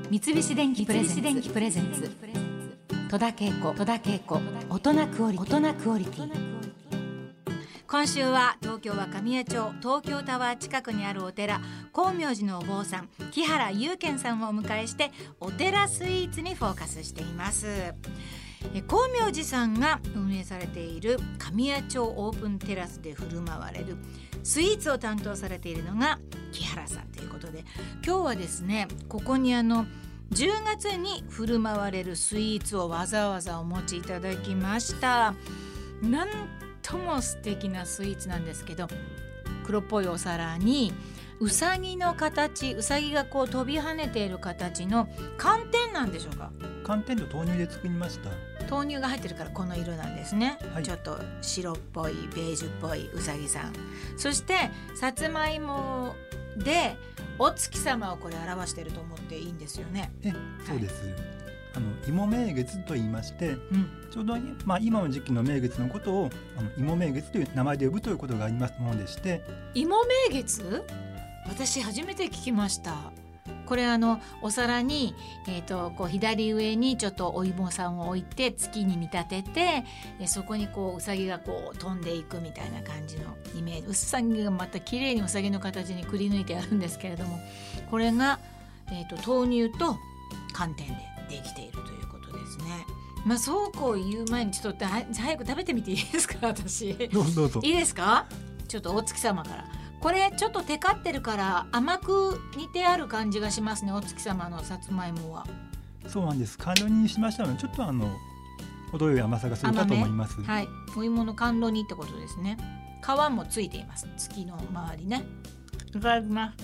三菱電機プレゼンツ戸田恵子大人クオリティ。今週は東京は神谷町東京タワー近くにあるお寺光明寺のお坊さん木原祐健さんをお迎えしてお寺スイーツにフォーカスしています。光明寺さんが運営されている神谷町オープンテラスで振る舞われるスイーツを担当されているのが木原さんということで、今日はですねここに10月に振る舞われるスイーツをわざわざお持ちいただきました。なんとも素敵なスイーツなんですけど、黒っぽいお皿にうさぎの形、うさぎがこう飛び跳ねている形の寒天なんでしょうか。 寒天と豆乳で作りました。 豆乳が入ってるからこの色なんですね、 はい、 ちょっと白っぽいベージュっぽいうさぎさん、そしてさつまいもでお月様をこれ表していると思っていいんですよね。 そうです、芋名月と言いまして、ちょうど、今の時期の名月のことを芋名月という名前で呼ぶということがありますものでして。 芋名月、私初めて聞きました。これお皿に、こう左上にちょっとお芋さんを置いて月に見立てて、そこにこううさぎがこう飛んでいくみたいな感じのイメージ。うさぎがまた綺麗にうさぎの形にくり抜いてあるんですけれども、これが、豆乳と寒天でできているということですね。そうこう言う前にちょっと早く食べてみていいですか。私どうぞいいですか。ちょっとお月様から。これちょっとテカってるから甘く煮てある感じがしますね、お月様のさつまいもは。 そうなんです。甘露煮にしましたのでちょっと程よい甘さがするかと思います。 はい、お芋の甘露煮ってことですね。皮もついています、月の周りね。いただきます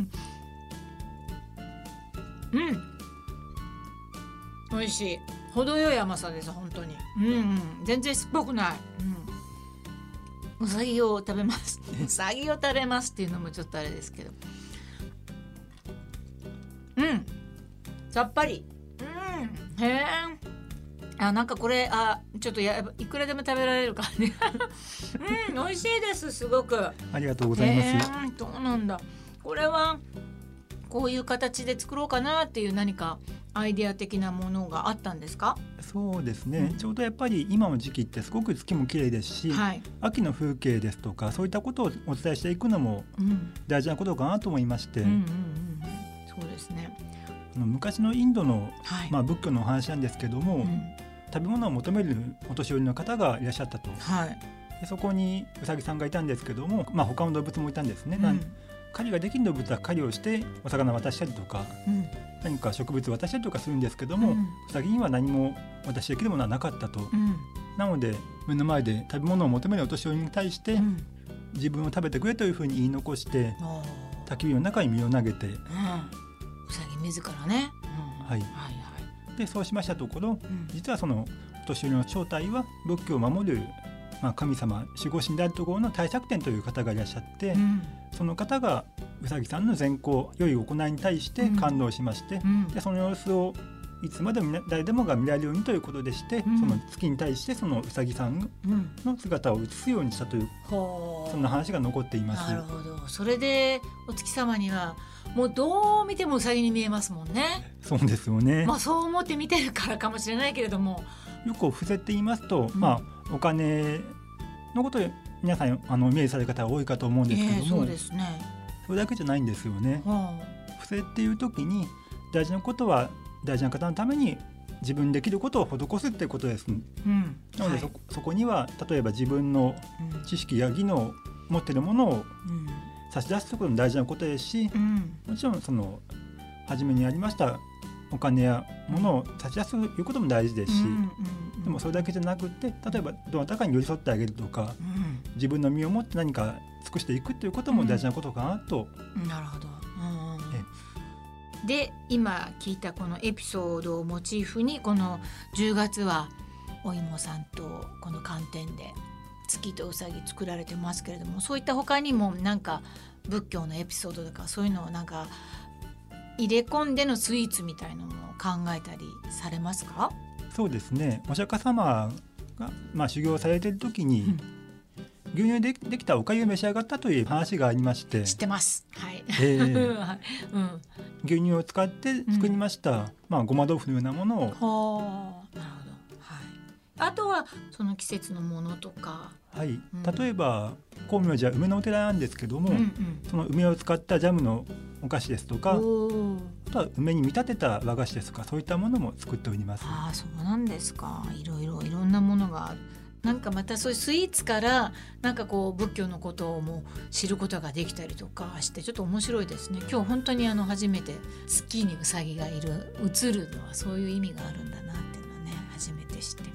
美味しい、程よい甘さです。本当に、全然酸っぱくない、うさぎを食べますうさぎを食べますっていうのもちょっとあれですけど、さっぱり、なんかこれちょっといくらでも食べられる感じ美味しいです。すごくありがとうございます。 そうなんだ。これはこういう形で作ろうかなっていう何かアイデア的なものがあったんですか。 そうですね、ちょうどやっぱり今の時期ってすごく月も綺麗ですし、秋の風景ですとかそういったことをお伝えしていくのも大事なことかなと思いまして、 そうですね。 昔のインドの、仏教のお話なんですけども、食べ物を求めるお年寄りの方がいらっしゃったと、でそこにうさぎさんがいたんですけども、他の動物もいたんですね。狩りができる動物は狩りをしてお魚を渡したりとか、何か植物を渡したりとかするんですけども、うさぎには何も渡しできるものはなかったと、なので目の前で食べ物を求めるお年寄りに対して、自分を食べてくれというふうに言い残して焚き火の中に身を投げて、 うさぎ自らね、 でそうしましたところ、実はそのお年寄りの正体は仏教を守る、神様守護神であるところの大釈天という方がいらっしゃって、その方がうさぎさんの善行良い行いに対して感動しまして、でその様子をいつまでも誰でもが見られるようにということでして、その月に対してそのうさぎさんの姿を映すようにしたという、そんな話が残っています。 なるほど。それでお月様にはもうどう見てもうさぎに見えますもんね。 そうですよね。 そう思って見てるからかもしれないけれども、 よく伏せって言いますと、お金のことで皆さんイメージされる方が多いかと思うんですけども、 そうですね。 それだけじゃないんですよね。伏せっていう時に大事なことは大事な方のために自分できることを施すっていうことです、なので、そこには例えば自分の知識や技能持っているものを差し出すことも大事なことですし、もちろんその初めにありましたお金や物を差し出すということも大事ですし、でもそれだけじゃなくて、例えばどなたかに寄り添ってあげるとか、自分の身をもって何か尽くしていくということも大事なことかなと。 なるほど。で今聞いたこのエピソードをモチーフにこの10月はお芋さんとこの寒天で月とうさぎ作られてますけれども、そういった他にもなんか仏教のエピソードとかそういうのをなんか入れ込んでのスイーツみたいのも考えたりされますか。 そうですね、お釈迦様が、修行されている時に、牛乳でできたお粥を召し上がったという話がありまして。 知ってます。はい、 牛乳を使って作りました、ごま豆腐のようなものを。 なるほど、はい、あとはその季節のものとか、 はい、例えば光明寺は梅のお寺なんですけども、その梅を使ったジャムのお菓子ですとか、あとは梅に見立てた和菓子ですとか、そういったものも作っております。 そうなんですか。いろんなものがある。なんかまたそういうスイーツからなんかこう仏教のことをも知ることができたりとかして、ちょっと面白いですね。今日本当に初めて月にうさぎが映るのはそういう意味があるんだなっていうのをね、初めて知って、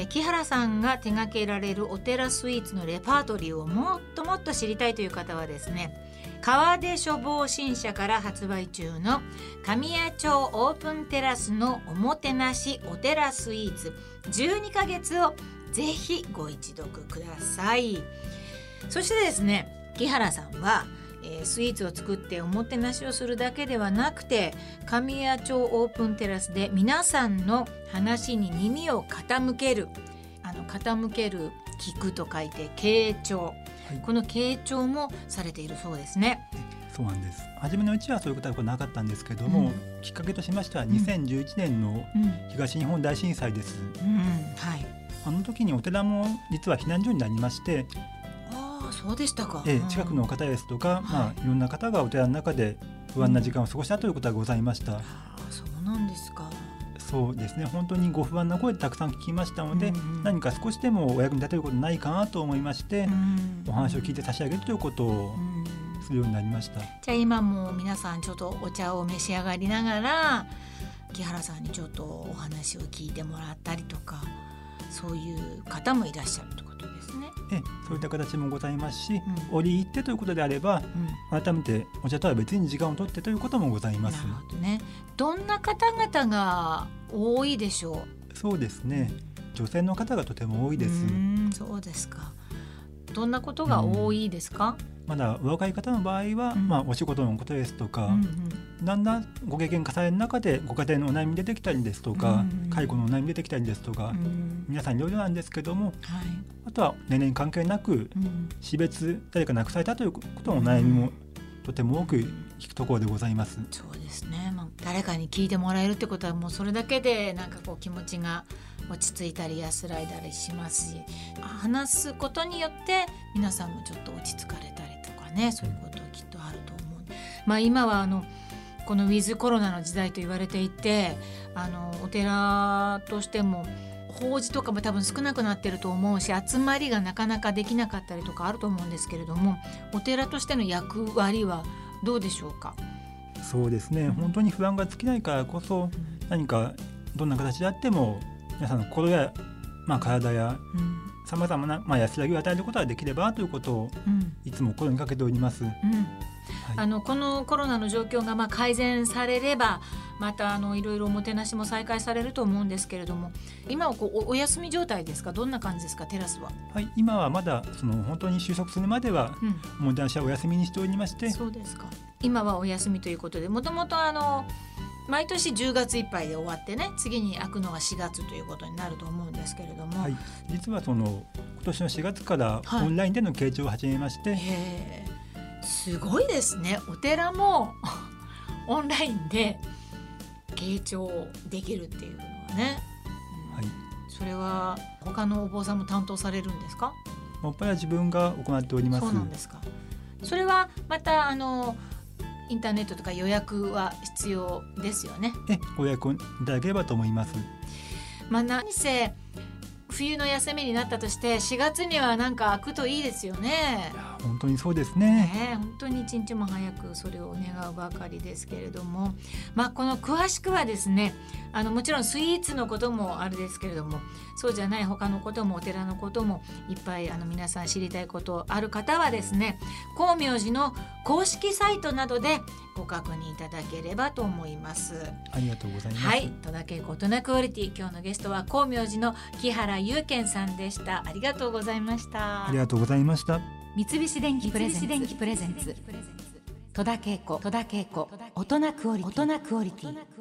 木原さんが手掛けられるお寺スイーツのレパートリーをもっともっと知りたいという方はですね、川出書房新社から発売中の神谷町オープンテラスのおもてなしお寺スイーツ12ヶ月をぜひご一読ください。そしてですね、木原さんは、スイーツを作っておもてなしをするだけではなくて、神谷町オープンテラスで皆さんの話に耳を傾ける、聞くと書いて傾聴、この傾聴もされているそうですね。 そうなんです。初めのうちはそういうことはなかったんですけども、きっかけとしましては2011年の東日本大震災です。あの時にお寺も実は避難所になりまして、 そうでしたか。 近くの方ですとか、いろんな方がお寺の中で不安な時間を過ごしたということがございました。 そうなんですか。 そうですね、本当にご不安な声たくさん聞きましたので、何か少しでもお役に立てることないかなと思いまして、お話を聞いて差し上げるということをするようになりました。 じゃあ今も皆さんちょっとお茶を召し上がりながら木原さんにちょっとお話を聞いてもらったりとか、そういう方もいらっしゃるということですね。 そういった形もございますし、折り入ってということであれば、改めてお茶とは別に時間を取ってということもございます。 なるほどね。どんな方々が多いでしょう。 そうですね、女性の方がとても多いです。 そうですか。どんなことが多いですか。 まだお若い方の場合は、お仕事のことですとか、だんだんご経験重ねる中でご家庭のお悩み出てきたりですとか、介護のお悩み出てきたりですとか、皆さんいろいろなんですけども、あとは年齢関係なく、死別誰か亡くされたということのお悩みもとても多く聞くところでございます。 そうですね、誰かに聞いてもらえるってことはもうそれだけでなんかこう気持ちが落ち着いたり安らいだりしますし、話すことによって皆さんもちょっと落ち着かれたりとかね、そういうことはきっとあると思う。今はこのウィズコロナの時代と言われていて、お寺としても法事とかも多分少なくなってると思うし、集まりがなかなかできなかったりとかあると思うんですけれども、お寺としての役割はどうでしょうか。 そうですね、本当に不安が尽きないからこそ、何かどんな形であっても皆さんの心や、体やさまざまな、安らぎを与えることができればということを、いつも心にかけております。 このコロナの状況が改善されれば、またいろいろおもてなしも再開されると思うんですけれども、今はお休み状態ですか。どんな感じですか、テラスは。 今はまだ本当に収束するまでは、おもてなしはお休みにしておりまして。 そうですか。今はお休みということで、もともと毎年10月いっぱいで終わってね、次に開くのが4月ということになると思うんですけれども、 実は今年の4月からオンラインでの傾聴を始めまして、 すごいですね。お寺もオンラインで傾聴できるっていうのはね、それは他のお坊さんも担当されるんですか。 もっぱら自分が行っております。 そうなんですか。それはまたインターネットとか予約は必要ですよね。 ご予約いただければと思います。 何せ冬の休みになったとして4月にはなんか開くといいですよね。 本当にそうですね。 本当に一日も早くそれを願うばかりですけれども、この詳しくはですね、もちろんスイーツのこともあるですけれども、そうじゃない他のこともお寺のこともいっぱい皆さん知りたいことある方はですね、光明寺の公式サイトなどでご確認いただければと思います。 ありがとうございます。 戸田恵子大人クオリティ、今日のゲストは光明寺の木原祐健さんでした。ありがとうございました。 ありがとうございました。 三菱電機プレゼンツ戸田恵子大人クオリティ。